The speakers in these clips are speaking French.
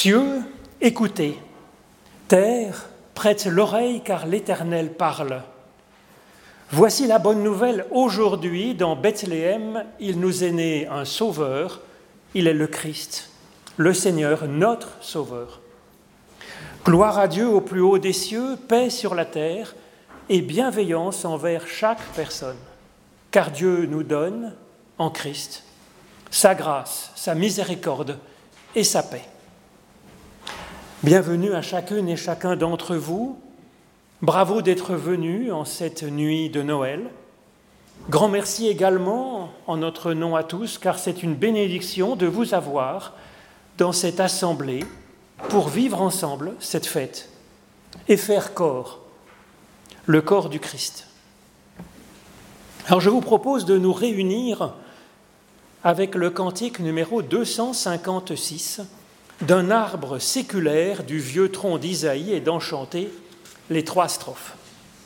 Cieux, écoutez, terre, prête l'oreille car l'Éternel parle. Voici la bonne nouvelle, aujourd'hui dans Bethléem, il nous est né un Sauveur, il est le Christ, le Seigneur, notre Sauveur. Gloire à Dieu au plus haut des cieux, paix sur la terre et bienveillance envers chaque personne, car Dieu nous donne, en Christ, sa grâce, sa miséricorde et sa paix. Bienvenue à chacune et chacun d'entre vous. Bravo d'être venus en cette nuit de Noël. Grand merci également en notre nom à tous, car c'est une bénédiction de vous avoir dans cette assemblée pour vivre ensemble cette fête et faire corps, le corps du Christ. Alors je vous propose de nous réunir avec le cantique numéro 256 d'un arbre séculaire du vieux tronc d'Isaïe et d'en chanter les 3 strophes.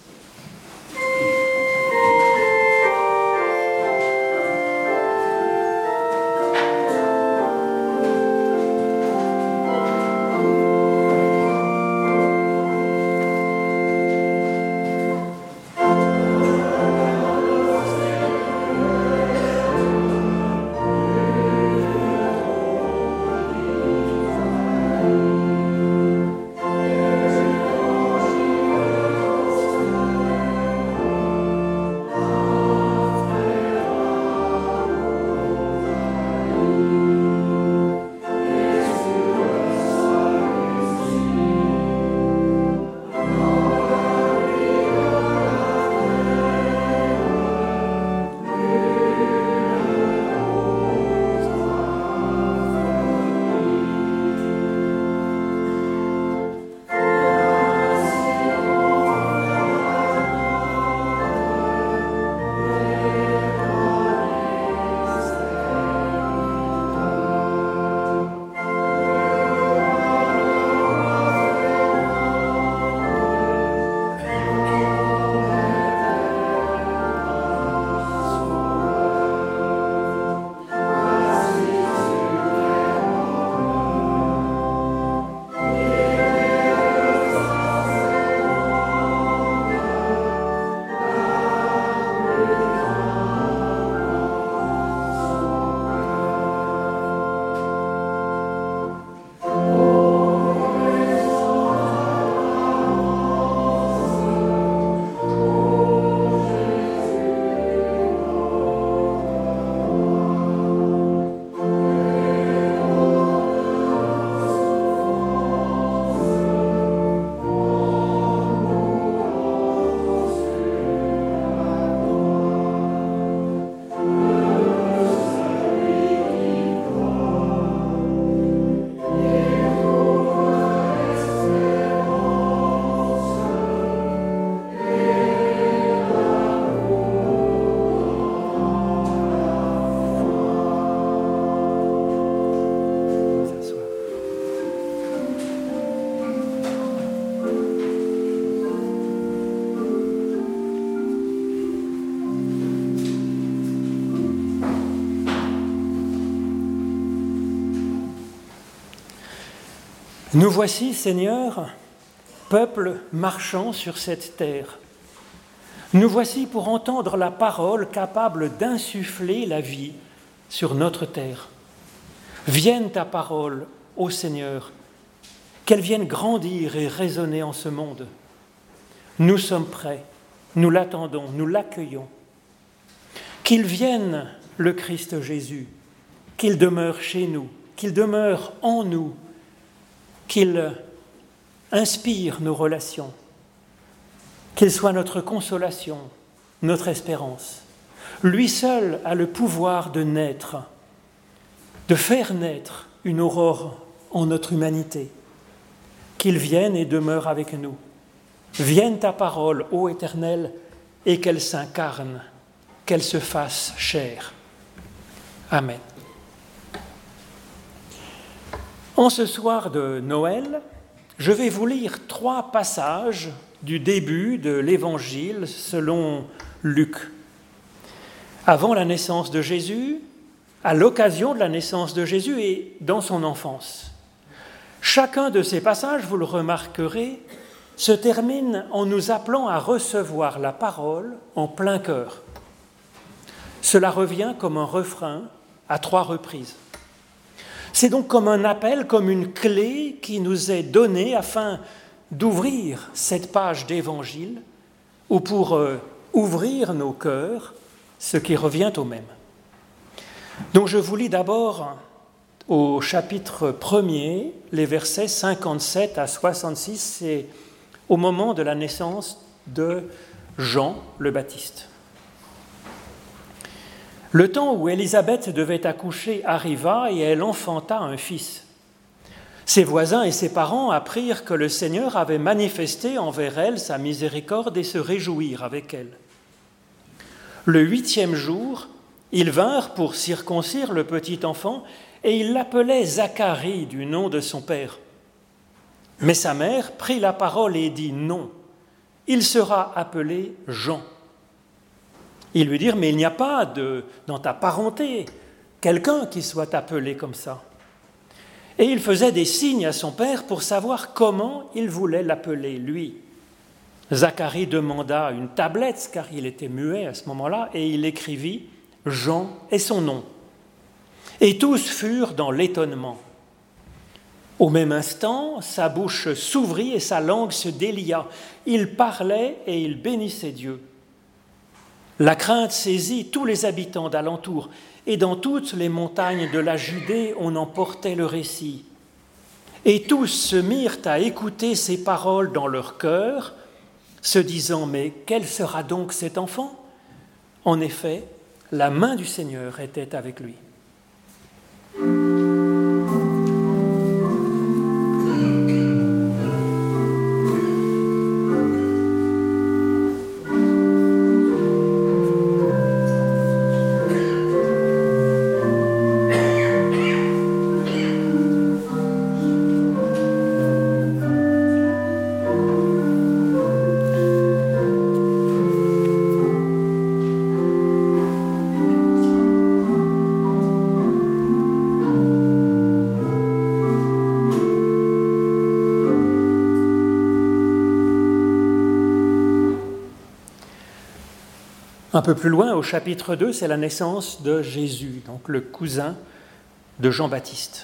Nous voici, Seigneur, peuple marchant sur cette terre. Nous voici pour entendre la parole capable d'insuffler la vie sur notre terre. Vienne ta parole, ô Seigneur, qu'elle vienne grandir et résonner en ce monde. Nous sommes prêts, nous l'attendons, nous l'accueillons. Qu'il vienne le Christ Jésus, qu'il demeure chez nous, qu'il demeure en nous, qu'il inspire nos relations, qu'il soit notre consolation, notre espérance. Lui seul a le pouvoir de naître, de faire naître une aurore en notre humanité. Qu'il vienne et demeure avec nous. Vienne ta parole, ô Éternel, et qu'elle s'incarne, qu'elle se fasse chair. Amen. En ce soir de Noël, je vais vous lire 3 passages du début de l'Évangile selon Luc. Avant la naissance de Jésus, à l'occasion de la naissance de Jésus et dans son enfance. Chacun de ces passages, vous le remarquerez, se termine en nous appelant à recevoir la parole en plein cœur. Cela revient comme un refrain à 3 reprises. C'est donc comme un appel, comme une clé qui nous est donnée afin d'ouvrir cette page d'évangile ou pour ouvrir nos cœurs, ce qui revient au même. Donc je vous lis d'abord au chapitre 1er, les versets 57 à 66, c'est au moment de la naissance de Jean le Baptiste. Le temps où Élisabeth devait accoucher arriva et elle enfanta un fils. Ses voisins et ses parents apprirent que le Seigneur avait manifesté envers elle sa miséricorde et se réjouirent avec elle. Le 8e jour, ils vinrent pour circoncire le petit enfant et ils l'appelaient Zacharie du nom de son père. Mais sa mère prit la parole et dit non, il sera appelé Jean. Ils lui dirent, mais il n'y a pas dans ta parenté quelqu'un qui soit appelé comme ça. Et il faisait des signes à son père pour savoir comment il voulait l'appeler, lui. Zacharie demanda une tablette, car il était muet à ce moment-là, et il écrivit « Jean est son nom ». Et tous furent dans l'étonnement. Au même instant, sa bouche s'ouvrit et sa langue se délia. Il parlait et il bénissait Dieu. La crainte saisit tous les habitants d'alentour, et dans toutes les montagnes de la Judée, on en portait le récit. Et tous se mirent à écouter ces paroles dans leur cœur, se disant « Mais quel sera donc cet enfant ?» En effet, la main du Seigneur était avec lui. Un peu plus loin, au chapitre 2, c'est la naissance de Jésus, donc le cousin de Jean-Baptiste.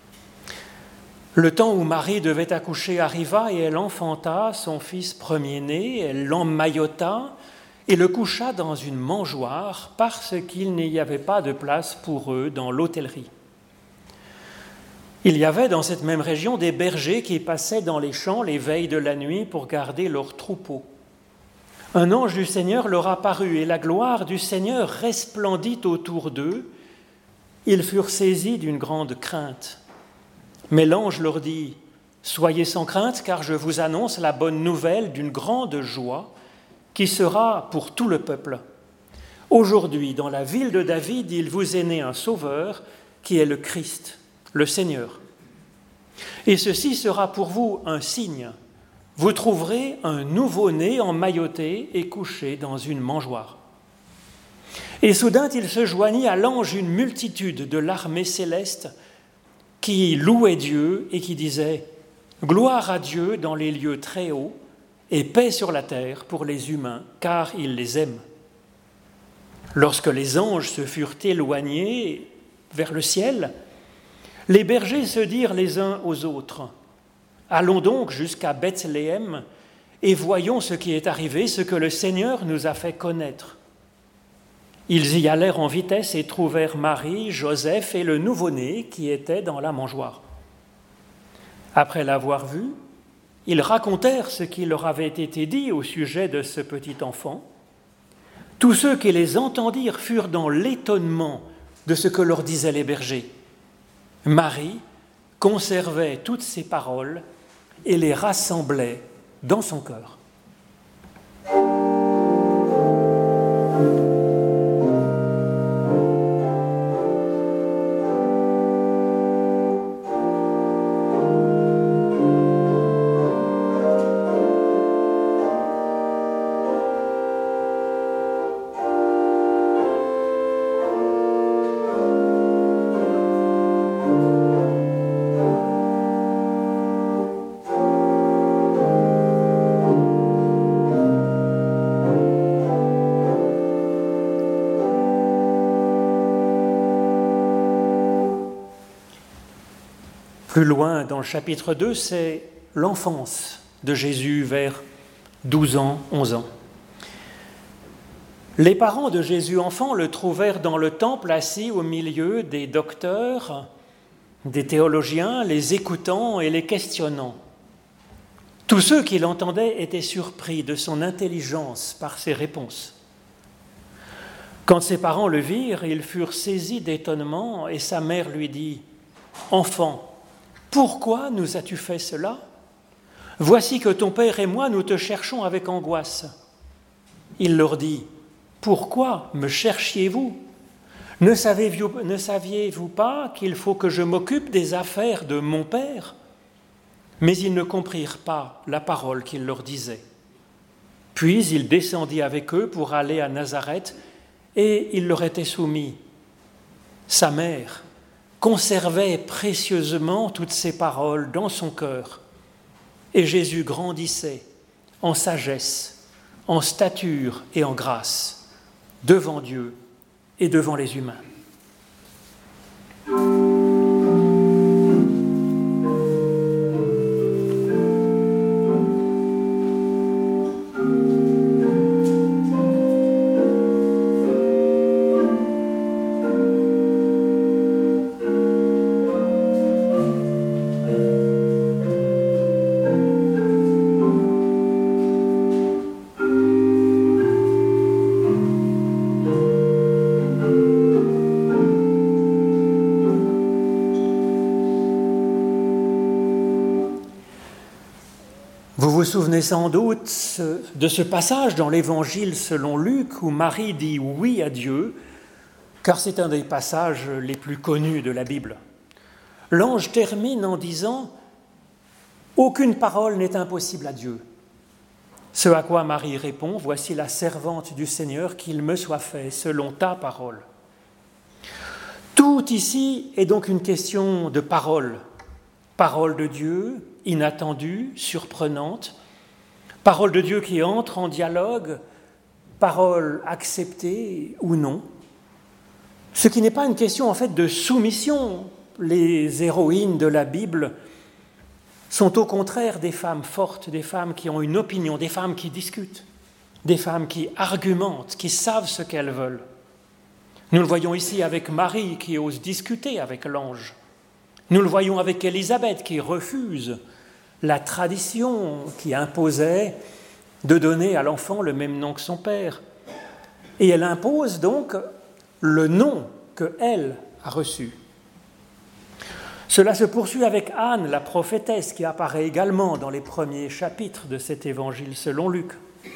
Le temps où Marie devait accoucher arriva et elle enfanta son fils premier-né, elle l'emmaillota et le coucha dans une mangeoire parce qu'il n'y avait pas de place pour eux dans l'hôtellerie. Il y avait dans cette même région des bergers qui passaient dans les champs les veilles de la nuit pour garder leurs troupeaux. Un ange du Seigneur leur apparut et la gloire du Seigneur resplendit autour d'eux. Ils furent saisis d'une grande crainte. Mais l'ange leur dit « Soyez sans crainte, car je vous annonce la bonne nouvelle d'une grande joie qui sera pour tout le peuple. Aujourd'hui, dans la ville de David, il vous est né un sauveur qui est le Christ, le Seigneur. Et ceci sera pour vous un signe. Vous trouverez un nouveau-né emmailloté et couché dans une mangeoire. » Et soudain, il se joignit à l'ange une multitude de l'armée céleste qui louait Dieu et qui disait « Gloire à Dieu dans les lieux très hauts et paix sur la terre pour les humains, car il les aime. » Lorsque les anges se furent éloignés vers le ciel, les bergers se dirent les uns aux autres « Allons donc jusqu'à Bethléem et voyons ce qui est arrivé, ce que le Seigneur nous a fait connaître. » Ils y allèrent en vitesse et trouvèrent Marie, Joseph et le nouveau-né qui était dans la mangeoire. Après l'avoir vu, ils racontèrent ce qui leur avait été dit au sujet de ce petit enfant. Tous ceux qui les entendirent furent dans l'étonnement de ce que leur disaient les bergers. Marie conservait toutes ces paroles et les rassemblait dans son cœur. Plus loin, dans le chapitre 2, c'est l'enfance de Jésus vers 12 ans, 11 ans. Les parents de Jésus enfant le trouvèrent dans le temple assis au milieu des docteurs, des théologiens, les écoutant et les questionnant. Tous ceux qui l'entendaient étaient surpris de son intelligence par ses réponses. Quand ses parents le virent, ils furent saisis d'étonnement et sa mère lui dit « Enfant, pourquoi nous as-tu fait cela ? Voici que ton père et moi, nous te cherchons avec angoisse. » Il leur dit « Pourquoi me cherchiez-vous ? Ne saviez-vous pas qu'il faut que je m'occupe des affaires de mon père ?» Mais ils ne comprirent pas la parole qu'il leur disait. Puis il descendit avec eux pour aller à Nazareth et il leur était soumis. Sa mère conservait précieusement toutes ces paroles dans son cœur. Et Jésus grandissait en sagesse, en stature et en grâce, devant Dieu et devant les humains. Vous vous souvenez sans doute de ce passage dans l'Évangile selon Luc où Marie dit oui à Dieu, car c'est un des passages les plus connus de la Bible. L'ange termine en disant « Aucune parole n'est impossible à Dieu ». Ce à quoi Marie répond « Voici la servante du Seigneur, qu'il me soit fait selon ta parole ». Tout ici est donc une question de parole. Parole de Dieu, inattendue, surprenante, parole de Dieu qui entre en dialogue, parole acceptée ou non. Ce qui n'est pas une question en fait de soumission. Les héroïnes de la Bible sont au contraire des femmes fortes, des femmes qui ont une opinion, des femmes qui discutent, des femmes qui argumentent, qui savent ce qu'elles veulent. Nous le voyons ici avec Marie qui ose discuter avec l'ange. Nous le voyons avec Élisabeth qui refuse la tradition qui imposait de donner à l'enfant le même nom que son père. Et elle impose donc le nom qu'elle a reçu. Cela se poursuit avec Anne, la prophétesse, qui apparaît également dans les premiers chapitres de cet évangile selon Luc.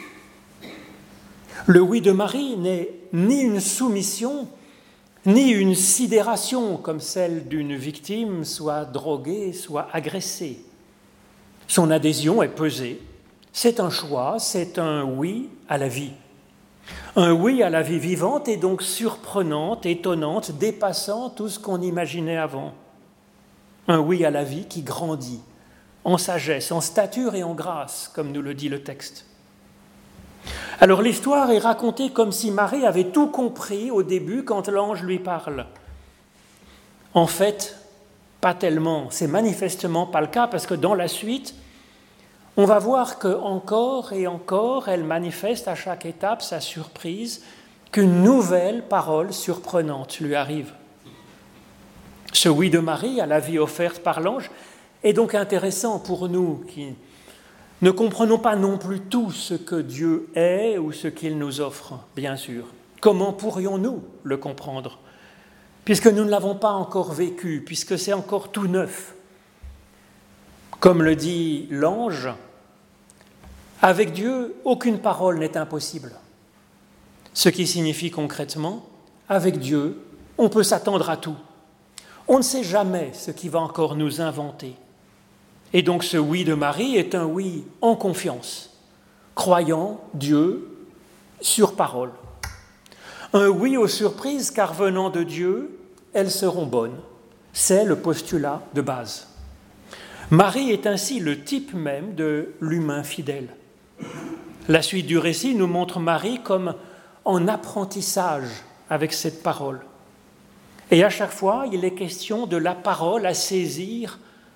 Le oui de Marie n'est ni une soumission, ni une sidération comme celle d'une victime, soit droguée, soit agressée. Son adhésion est pesée. C'est un choix, c'est un oui à la vie. Un oui à la vie vivante et donc surprenante, étonnante, dépassant tout ce qu'on imaginait avant. Un oui à la vie qui grandit en sagesse, en stature et en grâce, comme nous le dit le texte. Alors l'histoire est racontée comme si Marie avait tout compris au début quand l'ange lui parle. En fait, pas tellement, c'est manifestement pas le cas parce que dans la suite, on va voir qu'encore et encore, elle manifeste à chaque étape sa surprise qu'une nouvelle parole surprenante lui arrive. Ce oui de Marie à la vie offerte par l'ange est donc intéressant pour nous qui ne comprenons pas non plus tout ce que Dieu est ou ce qu'il nous offre, bien sûr. Comment pourrions-nous le comprendre ? Puisque nous ne l'avons pas encore vécu, puisque c'est encore tout neuf. Comme le dit l'ange, avec Dieu, aucune parole n'est impossible. Ce qui signifie concrètement, avec Dieu, on peut s'attendre à tout. On ne sait jamais ce qui va encore nous inventer. Et donc ce oui de Marie est un oui en confiance, croyant Dieu sur parole. Un oui aux surprises, car venant de Dieu, elles seront bonnes. C'est le postulat de base. Marie est ainsi le type même de l'humain fidèle. La suite du récit nous montre Marie comme en apprentissage avec cette parole. Et à chaque fois, il est question de la parole à saisir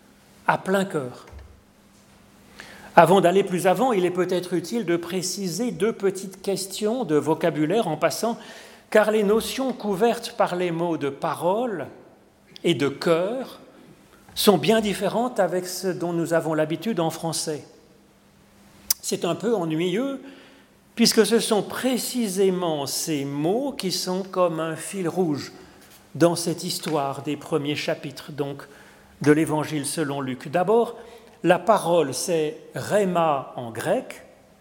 à plein cœur. Avant d'aller plus avant, il est peut-être utile de préciser 2 petites questions de vocabulaire en passant, car les notions couvertes par les mots de parole et de cœur sont bien différentes avec ce dont nous avons l'habitude en français. C'est un peu ennuyeux, puisque ce sont précisément ces mots qui sont comme un fil rouge dans cette histoire des premiers chapitres donc, de l'Évangile selon Luc. D'abord, la parole, c'est rhéma en grec,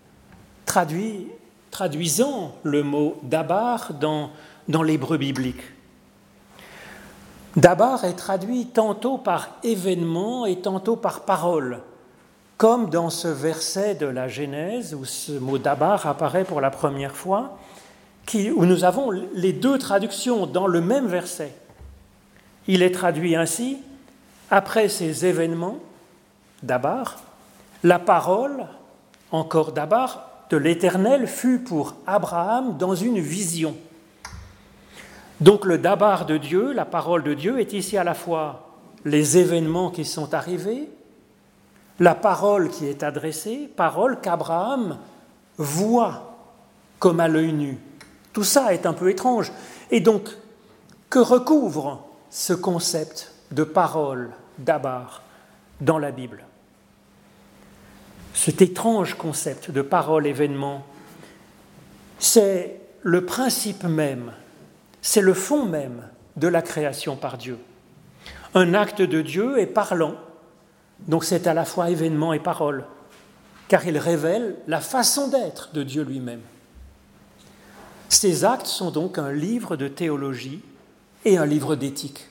traduisant le mot dabar dans l'hébreu biblique. Dabar est traduit tantôt par événement et tantôt par parole, comme dans ce verset de la Genèse où ce mot dabar apparaît pour la première fois, où nous avons les 2 traductions dans le même verset. Il est traduit ainsi, après ces événements, dabar, la parole, encore dabar, de l'Éternel fut pour Abraham dans une vision. Donc le dabar de Dieu, la parole de Dieu, est ici à la fois les événements qui sont arrivés, la parole qui est adressée, parole qu'Abraham voit comme à l'œil nu. Tout ça est un peu étrange. Et donc, que recouvre ce concept de parole, dabar, dans la Bible? Cet étrange concept de parole-événement, c'est le principe même, c'est le fond même de la création par Dieu. Un acte de Dieu est parlant, donc c'est à la fois événement et parole, car il révèle la façon d'être de Dieu lui-même. Ces actes sont donc un livre de théologie et un livre d'éthique.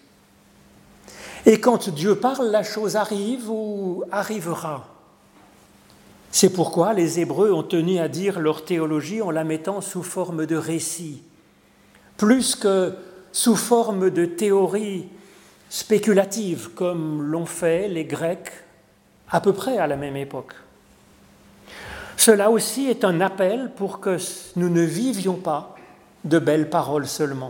Et quand Dieu parle, la chose arrive ou arrivera. C'est pourquoi les Hébreux ont tenu à dire leur théologie en la mettant sous forme de récit, plus que sous forme de théorie spéculative, comme l'ont fait les Grecs à peu près à la même époque. Cela aussi est un appel pour que nous ne vivions pas de belles paroles seulement.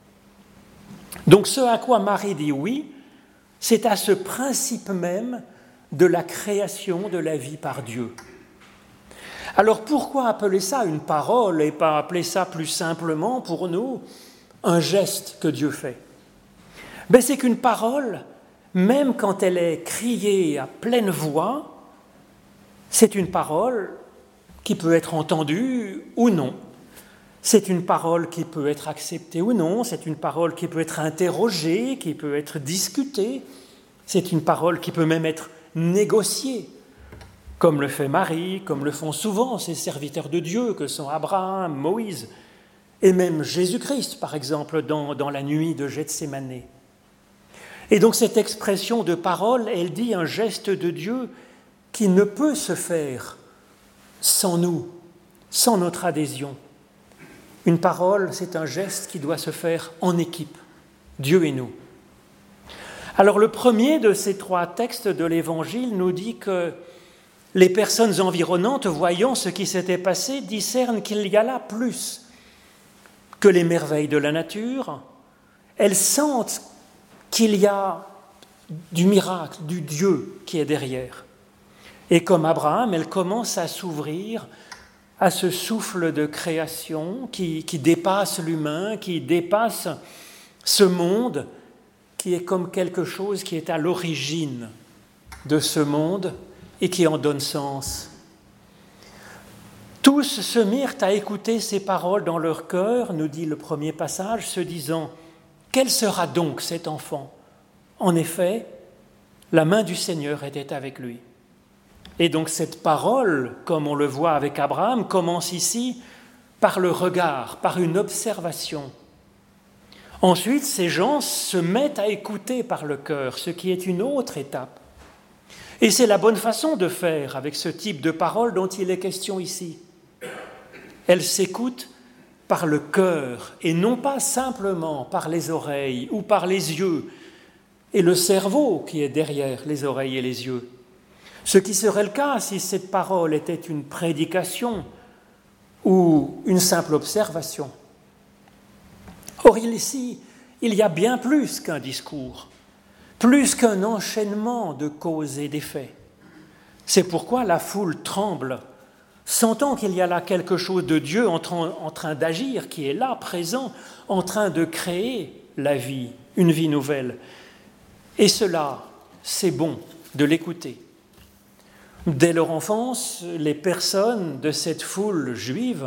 Donc ce à quoi Marie dit oui, c'est à ce principe même de la création de la vie par Dieu. Alors pourquoi appeler ça une parole et pas appeler ça plus simplement pour nous un geste que Dieu fait? C'est qu'une parole, même quand elle est criée à pleine voix, c'est une parole qui peut être entendue ou non. C'est une parole qui peut être acceptée ou non, c'est une parole qui peut être interrogée, qui peut être discutée, c'est une parole qui peut même être négociée, comme le fait Marie, comme le font souvent ces serviteurs de Dieu que sont Abraham, Moïse, et même Jésus-Christ, par exemple, dans la nuit de Gethsémane. Et donc cette expression de parole, elle dit un geste de Dieu qui ne peut se faire sans nous, sans notre adhésion. Une parole, c'est un geste qui doit se faire en équipe, Dieu et nous. Alors le premier de ces 3 textes de l'Évangile nous dit que les personnes environnantes, voyant ce qui s'était passé, discernent qu'il y a là plus que les merveilles de la nature. Elles sentent qu'il y a du miracle, du Dieu qui est derrière. Et comme Abraham, elles commencent à s'ouvrir à ce souffle de création qui dépasse l'humain, qui dépasse ce monde, qui est comme quelque chose qui est à l'origine de ce monde et qui en donne sens. Tous se mirent à écouter ces paroles dans leur cœur, nous dit le premier passage, se disant « Quel sera donc cet enfant ?» En effet, la main du Seigneur était avec lui. Et donc cette parole, comme on le voit avec Abraham, commence ici par le regard, par une observation. Ensuite, ces gens se mettent à écouter par le cœur, ce qui est une autre étape. Et c'est la bonne façon de faire avec ce type de parole dont il est question ici. Elles s'écoutent par le cœur et non pas simplement par les oreilles ou par les yeux et le cerveau qui est derrière les oreilles et les yeux. Ce qui serait le cas si cette parole était une prédication ou une simple observation. Or, ici, il y a bien plus qu'un discours, plus qu'un enchaînement de causes et d'effets. C'est pourquoi la foule tremble, sentant qu'il y a là quelque chose de Dieu en train d'agir, qui est là, présent, en train de créer la vie, une vie nouvelle. Et cela, c'est bon de l'écouter. Dès leur enfance, les personnes de cette foule juive,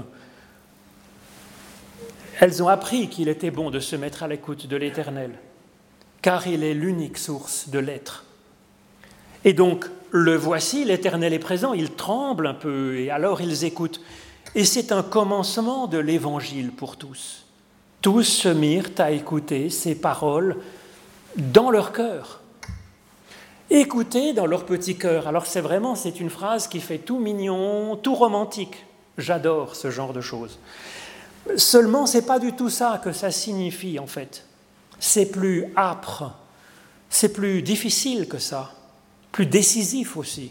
elles ont appris qu'il était bon de se mettre à l'écoute de l'Éternel, car il est l'unique source de l'être. Et donc, le voici, l'Éternel est présent, ils tremblent un peu, et alors ils écoutent. Et c'est un commencement de l'Évangile pour tous. Tous se mirent à écouter ces paroles dans leur cœur. Écouter dans leur petit cœur. Alors c'est une phrase qui fait tout mignon, tout romantique. J'adore ce genre de choses. Seulement, ce n'est pas du tout ça que ça signifie, en fait. C'est plus âpre, c'est plus difficile que ça, plus décisif aussi.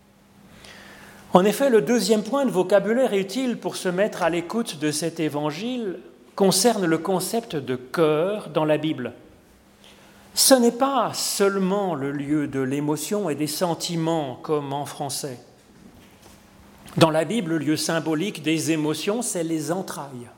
En effet, le deuxième point de vocabulaire utile pour se mettre à l'écoute de cet évangile concerne le concept de cœur dans la Bible. Ce n'est pas seulement le lieu de l'émotion et des sentiments comme en français. Dans la Bible, le lieu symbolique des émotions, c'est les entrailles.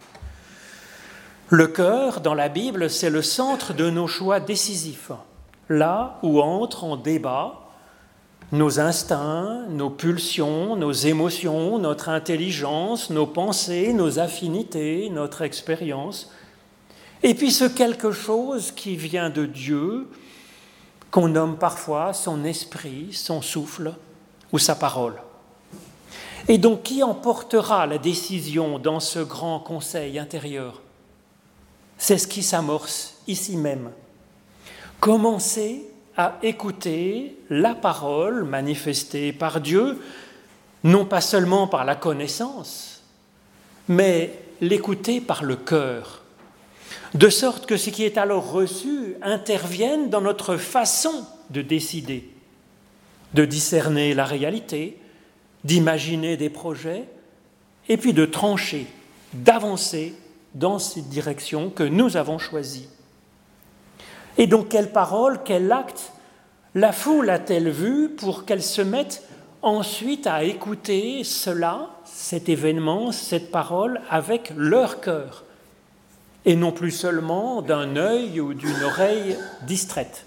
Le cœur, dans la Bible, c'est le centre de nos choix décisifs, là où entrent en débat nos instincts, nos pulsions, nos émotions, notre intelligence, nos pensées, nos affinités, notre expérience, et puis ce quelque chose qui vient de Dieu, qu'on nomme parfois son esprit, son souffle ou sa parole. Et donc, qui emportera la décision dans ce grand conseil intérieur ? C'est ce qui s'amorce ici même. Commencer à écouter la parole manifestée par Dieu, non pas seulement par la connaissance, mais l'écouter par le cœur, de sorte que ce qui est alors reçu intervienne dans notre façon de décider, de discerner la réalité, d'imaginer des projets, et puis de trancher, d'avancer dans cette direction que nous avons choisie. Et donc, quelle parole, quel acte la foule a-t-elle vu pour qu'elle se mette ensuite à écouter cela, cet événement, cette parole, avec leur cœur, et non plus seulement d'un œil ou d'une oreille distraite.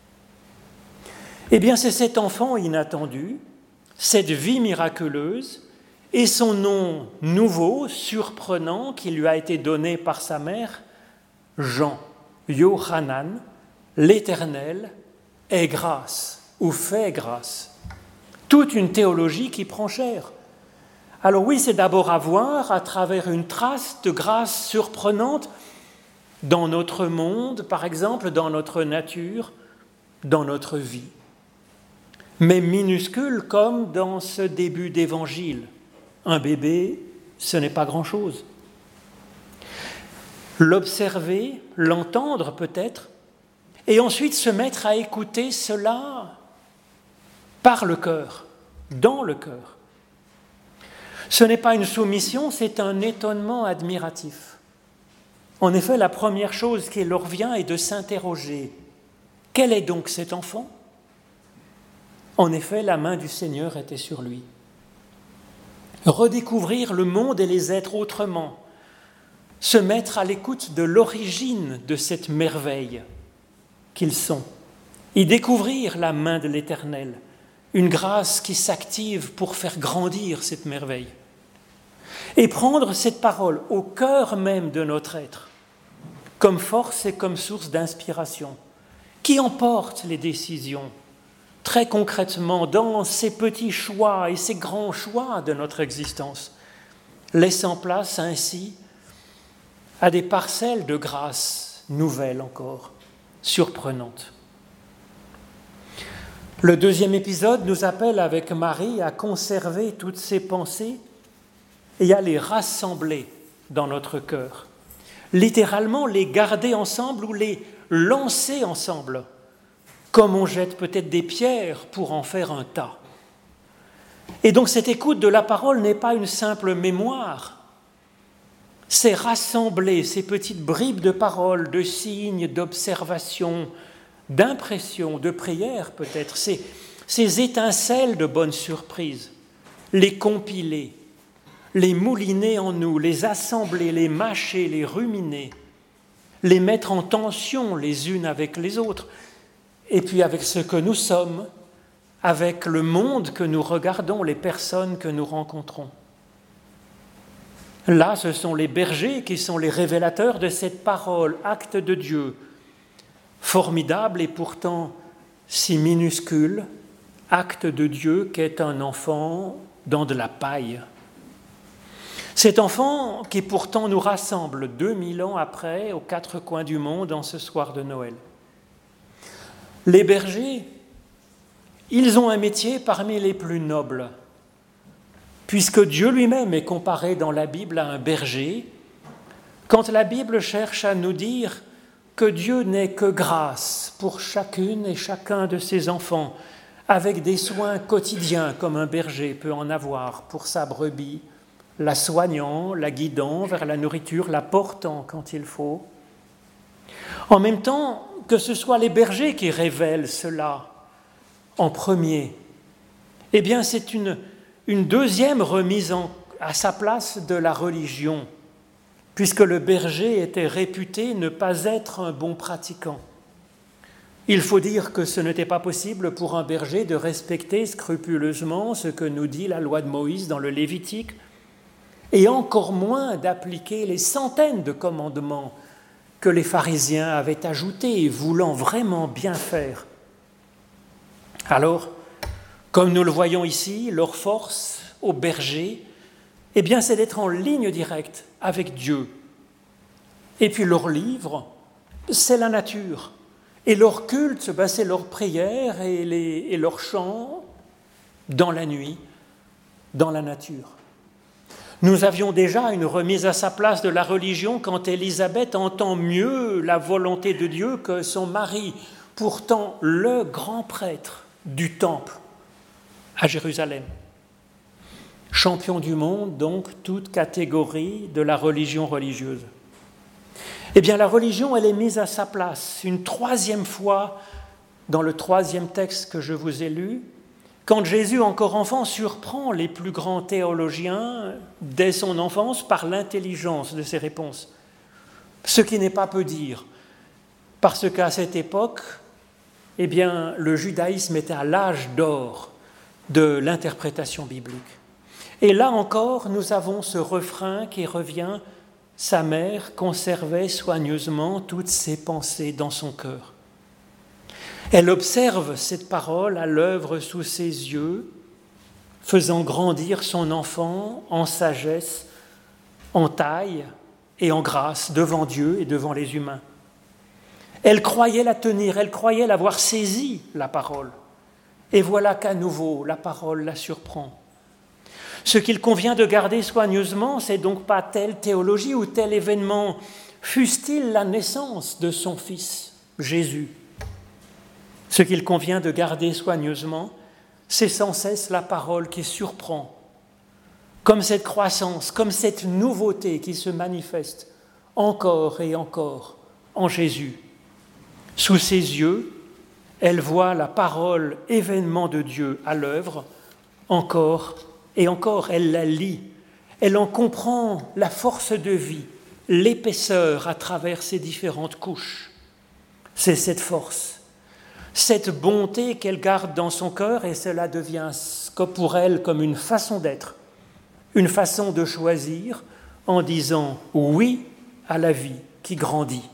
Eh bien, c'est cet enfant inattendu, cette vie miraculeuse, et son nom nouveau, surprenant, qui lui a été donné par sa mère, Jean, Yohanan, l'Éternel est grâce ou fait grâce. Toute une théologie qui prend cher. Alors oui, c'est d'abord à voir à travers une trace de grâce surprenante dans notre monde, par exemple, dans notre nature, dans notre vie. Mais minuscule comme dans ce début d'évangile. Un bébé, ce n'est pas grand-chose. L'observer, l'entendre peut-être, et ensuite se mettre à écouter cela par le cœur, dans le cœur. Ce n'est pas une soumission, c'est un étonnement admiratif. En effet, la première chose qui leur vient est de s'interroger. Quel est donc cet enfant ? En effet, la main du Seigneur était sur lui. Redécouvrir le monde et les êtres autrement, se mettre à l'écoute de l'origine de cette merveille qu'ils sont, y découvrir la main de l'Éternel, une grâce qui s'active pour faire grandir cette merveille, et prendre cette parole au cœur même de notre être, comme force et comme source d'inspiration, qui emporte les décisions, très concrètement dans ces petits choix et ces grands choix de notre existence, laissant place ainsi à des parcelles de grâce nouvelles encore, surprenantes. Le deuxième épisode nous appelle avec Marie à conserver toutes ces pensées et à les rassembler dans notre cœur. Littéralement, les garder ensemble ou les lancer ensemble, comme on jette peut-être des pierres pour en faire un tas. Et donc cette écoute de la parole n'est pas une simple mémoire, c'est rassembler ces petites bribes de paroles, de signes, d'observations, d'impression, de prière peut-être, ces étincelles de bonnes surprises, les compiler, les mouliner en nous, les assembler, les mâcher, les ruminer, les mettre en tension les unes avec les autres, et puis avec ce que nous sommes, avec le monde que nous regardons, les personnes que nous rencontrons. Là, ce sont les bergers qui sont les révélateurs de cette parole, acte de Dieu, formidable et pourtant si minuscule, acte de Dieu qu'est un enfant dans de la paille. Cet enfant qui pourtant nous rassemble 2000 ans après aux quatre coins du monde en ce soir de Noël. Les bergers, ils ont un métier parmi les plus nobles, puisque Dieu lui-même est comparé dans la Bible à un berger, quand la Bible cherche à nous dire que Dieu n'est que grâce pour chacune et chacun de ses enfants, avec des soins quotidiens comme un berger peut en avoir pour sa brebis, la soignant, la guidant vers la nourriture, la portant quand il faut. En même temps, que ce soit les bergers qui révèlent cela en premier, eh bien c'est une deuxième remise à sa place de la religion, puisque le berger était réputé ne pas être un bon pratiquant. Il faut dire que ce n'était pas possible pour un berger de respecter scrupuleusement ce que nous dit la loi de Moïse dans le Lévitique, et encore moins d'appliquer les centaines de commandements que les pharisiens avaient ajoutés, voulant vraiment bien faire. Alors, comme nous le voyons ici, leur force aux bergers, eh bien, c'est d'être en ligne directe avec Dieu. Et puis leur livre, c'est la nature. Et leur culte, c'est leur prière et leur chant dans la nuit, dans la nature. Nous avions déjà une remise à sa place de la religion quand Élisabeth entend mieux la volonté de Dieu que son mari, pourtant le grand prêtre du temple à Jérusalem. Champion du monde, donc, toute catégorie de la religion religieuse. Eh bien, la religion, elle est mise à sa place une troisième fois dans le troisième texte que je vous ai lu, quand Jésus, encore enfant, surprend les plus grands théologiens dès son enfance par l'intelligence de ses réponses. Ce qui n'est pas peu dire, parce qu'à cette époque, eh bien, le judaïsme était à l'âge d'or de l'interprétation biblique. Et là encore, nous avons ce refrain qui revient « Sa mère conservait soigneusement toutes ses pensées dans son cœur ». Elle observe cette parole à l'œuvre sous ses yeux, faisant grandir son enfant en sagesse, en taille et en grâce devant Dieu et devant les humains. Elle croyait la tenir, elle croyait l'avoir saisie, la parole. Et voilà qu'à nouveau, la parole la surprend. Ce qu'il convient de garder soigneusement, c'est donc pas telle théologie ou tel événement, fût-il la naissance de son fils, Jésus. Ce qu'il convient de garder soigneusement, c'est sans cesse la parole qui surprend, comme cette croissance, comme cette nouveauté qui se manifeste encore et encore en Jésus. Sous ses yeux, elle voit la parole événement de Dieu à l'œuvre, encore et encore, elle la lit, elle en comprend la force de vie, l'épaisseur à travers ses différentes couches. C'est cette force, cette bonté qu'elle garde dans son cœur, et cela devient pour elle comme une façon d'être, une façon de choisir en disant oui à la vie qui grandit.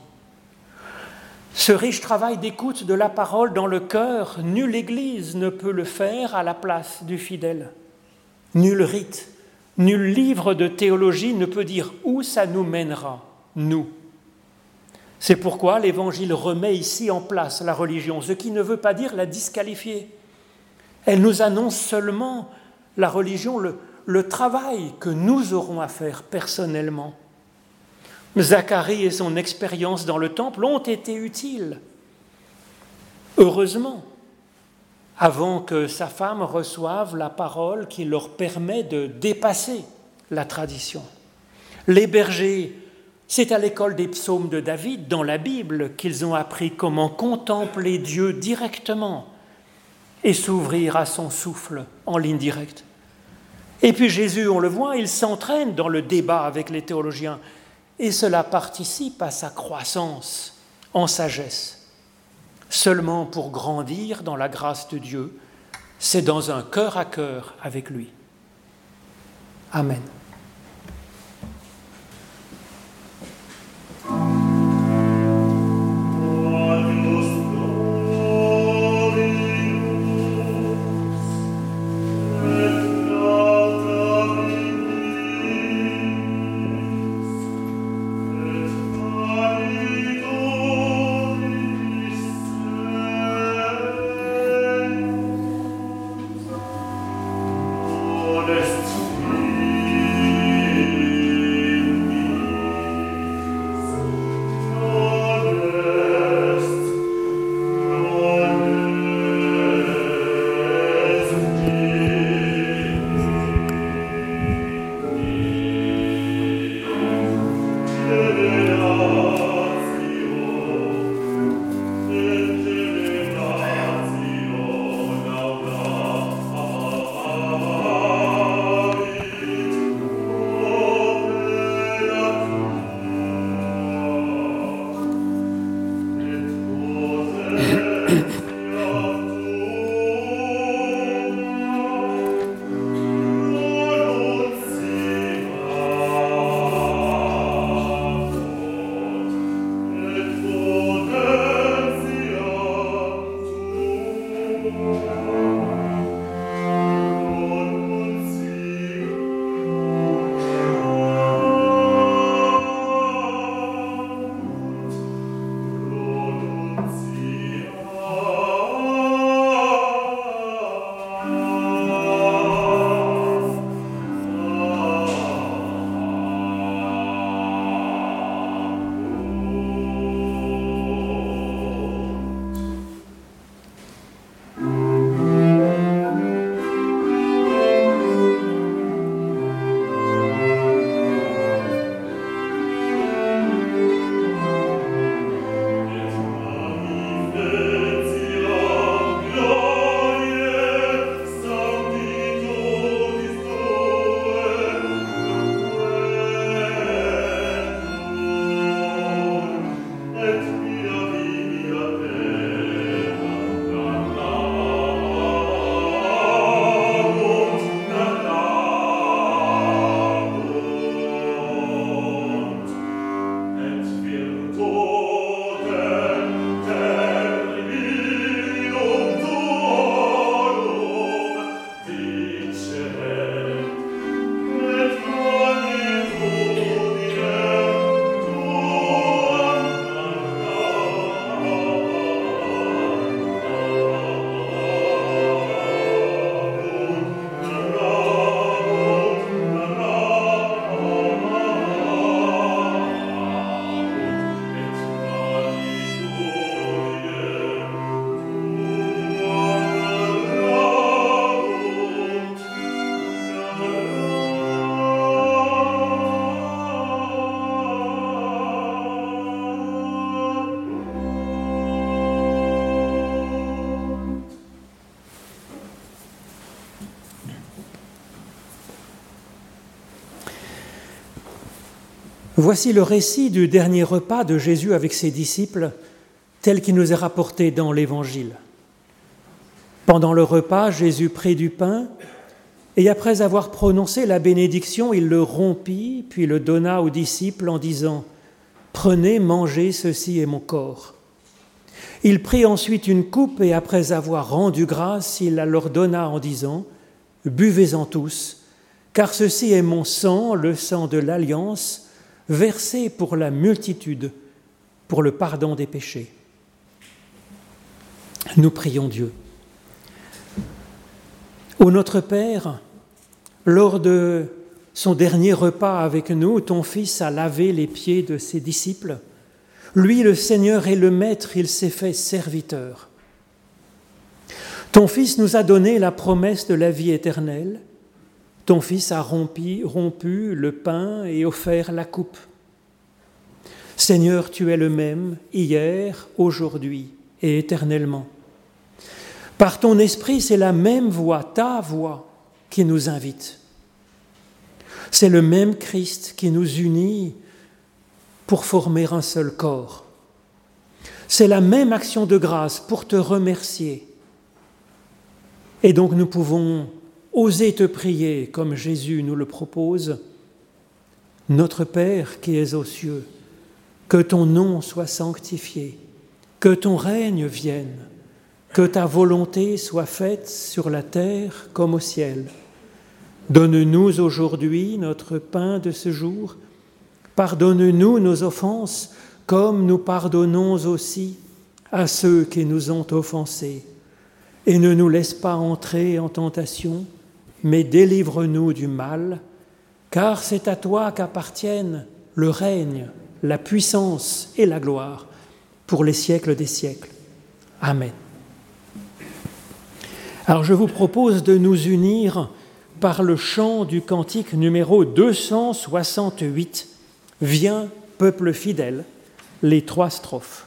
Ce riche travail d'écoute de la parole dans le cœur, nulle Église ne peut le faire à la place du fidèle. Nul rite, nul livre de théologie ne peut dire où ça nous mènera, nous. C'est pourquoi l'Évangile remet ici en place la religion, ce qui ne veut pas dire la disqualifier. Elle nous annonce seulement la religion, le travail que nous aurons à faire personnellement. Zacharie et son expérience dans le temple ont été utiles, heureusement, avant que sa femme reçoive la parole qui leur permet de dépasser la tradition. Les bergers C'est à l'école des psaumes de David, dans la Bible, qu'ils ont appris comment contempler Dieu directement et s'ouvrir à son souffle en ligne directe. Et puis Jésus, on le voit, il s'entraîne dans le débat avec les théologiens et cela participe à sa croissance en sagesse. Seulement pour grandir dans la grâce de Dieu, c'est dans un cœur à cœur avec lui. Amen. Voici le récit du dernier repas de Jésus avec ses disciples, tel qu'il nous est rapporté dans l'Évangile. Pendant le repas, Jésus prit du pain, et après avoir prononcé la bénédiction, il le rompit, puis le donna aux disciples en disant « Prenez, mangez, ceci est mon corps ». Il prit ensuite une coupe, et après avoir rendu grâce, il la leur donna en disant « Buvez-en tous, car ceci est mon sang, le sang de l'Alliance, versé pour la multitude, pour le pardon des péchés. » Nous prions Dieu. Ô notre Père, lors de son dernier repas avec nous, ton Fils a lavé les pieds de ses disciples. Lui, le Seigneur et le Maître, il s'est fait serviteur. Ton Fils nous a donné la promesse de la vie éternelle. Ton Fils a rompu le pain et offert la coupe. Seigneur, tu es le même hier, aujourd'hui et éternellement. Par ton esprit, c'est la même voix, ta voix, qui nous invite. C'est le même Christ qui nous unit pour former un seul corps. C'est la même action de grâce pour te remercier. Et donc nous pouvons oser te prier comme Jésus nous le propose. Notre Père qui es aux cieux, que ton nom soit sanctifié, que ton règne vienne, que ta volonté soit faite sur la terre comme au ciel. Donne-nous aujourd'hui notre pain de ce jour. Pardonne-nous nos offenses, comme nous pardonnons aussi à ceux qui nous ont offensés. Et ne nous laisse pas entrer en tentation, mais délivre-nous du mal, car c'est à toi qu'appartiennent le règne, la puissance et la gloire pour les siècles des siècles. Amen. Alors je vous propose de nous unir par le chant du cantique numéro 268, « Viens, peuple fidèle », les 3 strophes.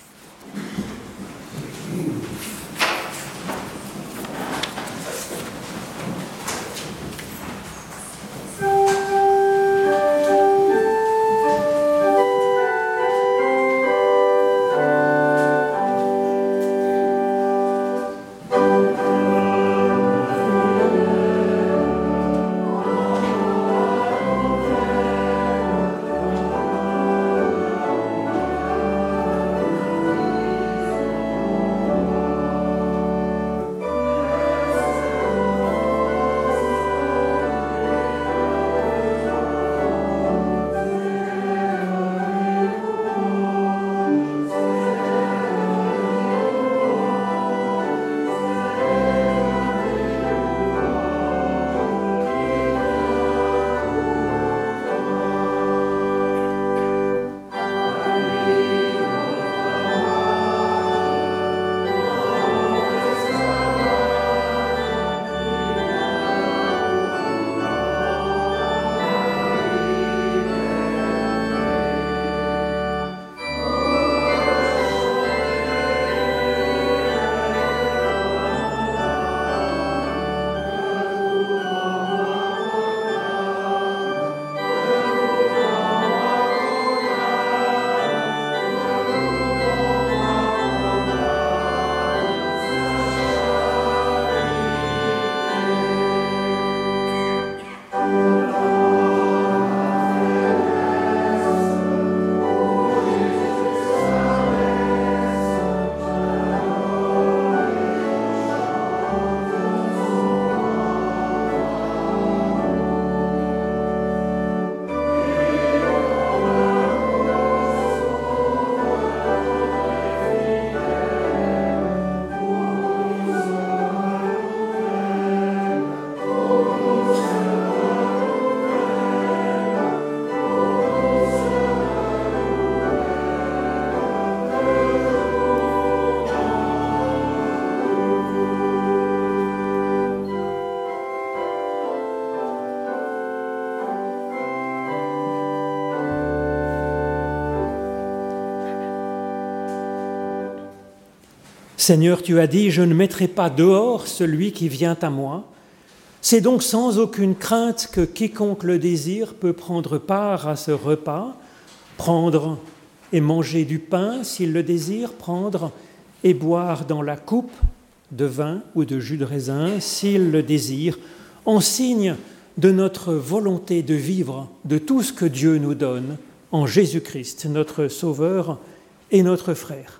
Seigneur, tu as dit, je ne mettrai pas dehors celui qui vient à moi. C'est donc sans aucune crainte que quiconque le désire peut prendre part à ce repas, prendre et manger du pain s'il le désire, prendre et boire dans la coupe de vin ou de jus de raisin s'il le désire, en signe de notre volonté de vivre de tout ce que Dieu nous donne en Jésus-Christ, notre Sauveur et notre frère.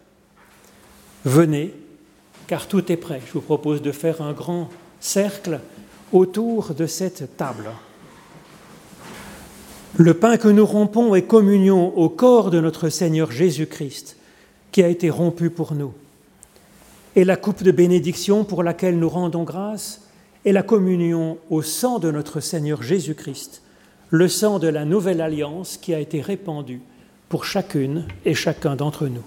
Venez, car tout est prêt. Je vous propose de faire un grand cercle autour de cette table. Le pain que nous rompons est communion au corps de notre Seigneur Jésus-Christ, qui a été rompu pour nous. Et la coupe de bénédiction pour laquelle nous rendons grâce est la communion au sang de notre Seigneur Jésus-Christ, le sang de la nouvelle alliance qui a été répandu pour chacune et chacun d'entre nous.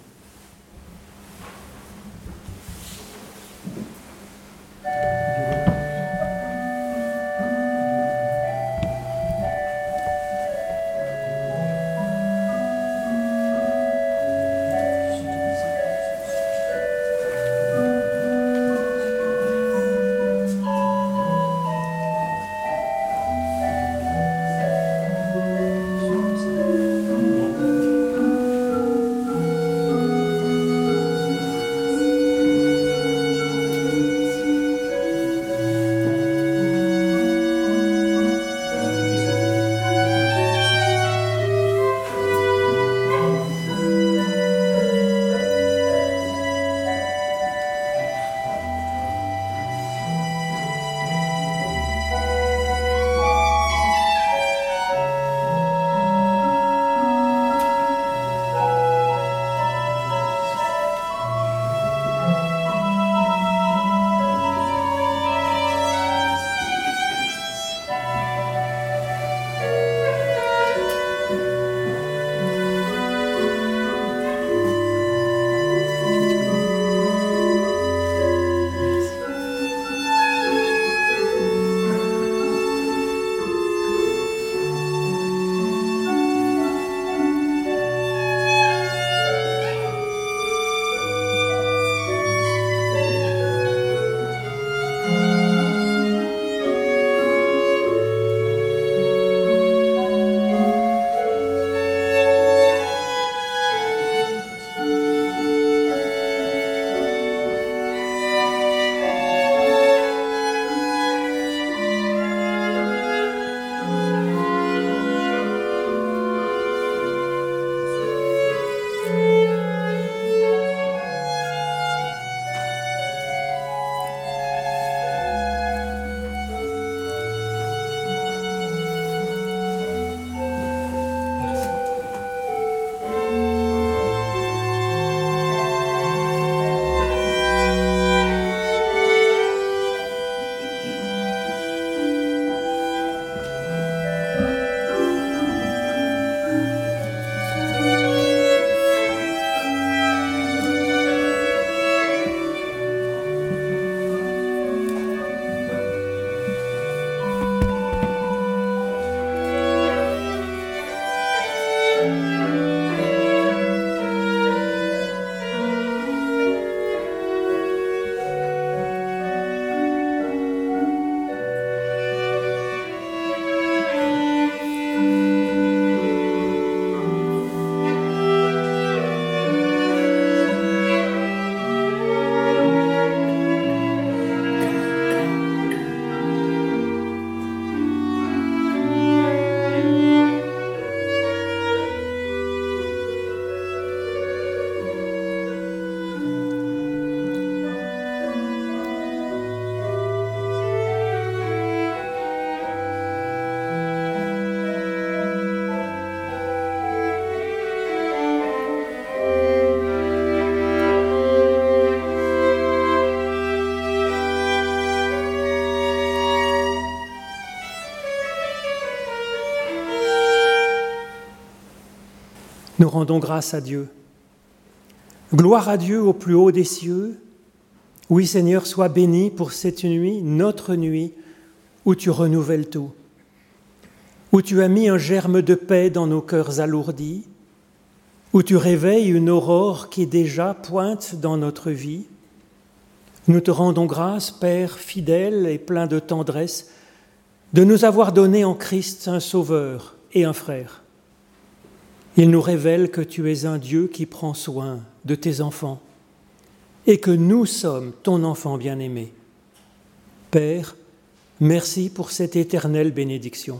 Nous rendons grâce à Dieu. Gloire à Dieu au plus haut des cieux. Oui, Seigneur, sois béni pour cette nuit, notre nuit, où tu renouvelles tout, où tu as mis un germe de paix dans nos cœurs alourdis, où tu réveilles une aurore qui déjà pointe dans notre vie. Nous te rendons grâce, Père fidèle et plein de tendresse, de nous avoir donné en Christ un sauveur et un frère. Il nous révèle que tu es un Dieu qui prend soin de tes enfants et que nous sommes ton enfant bien-aimé. Père, merci pour cette éternelle bénédiction.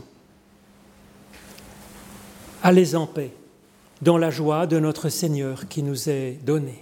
Allez en paix, dans la joie de notre Seigneur qui nous est donné.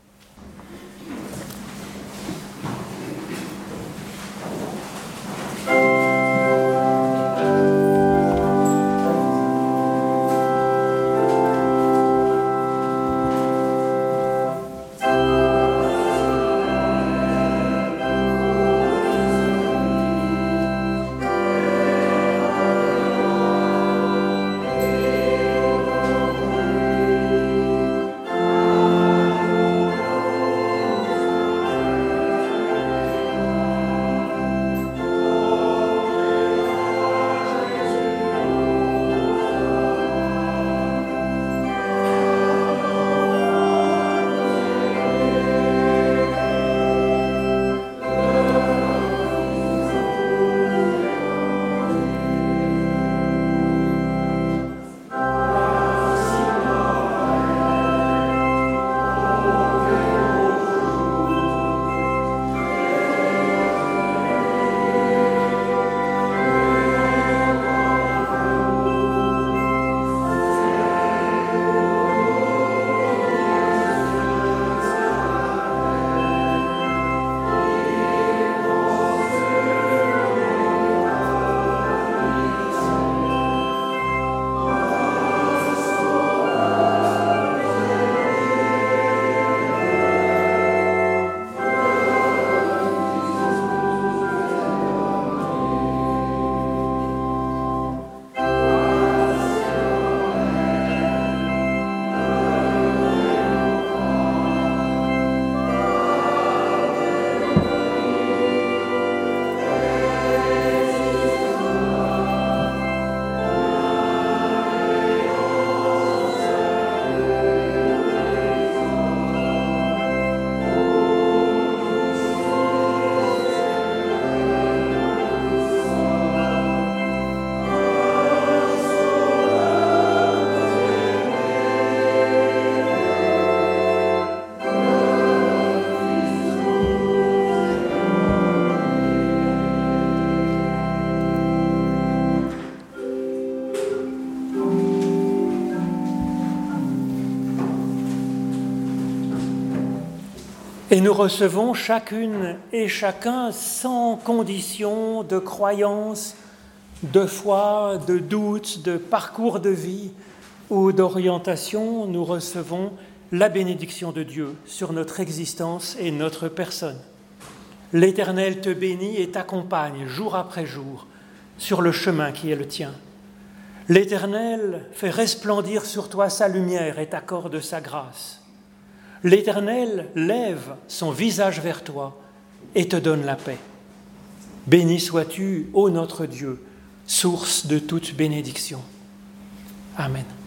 Et nous recevons chacune et chacun sans condition de croyance, de foi, de doute, de parcours de vie ou d'orientation, nous recevons la bénédiction de Dieu sur notre existence et notre personne. L'Éternel te bénit et t'accompagne jour après jour sur le chemin qui est le tien. L'Éternel fait resplendir sur toi sa lumière et t'accorde sa grâce. L'Éternel lève son visage vers toi et te donne la paix. Béni sois-tu, ô notre Dieu, source de toute bénédiction. Amen.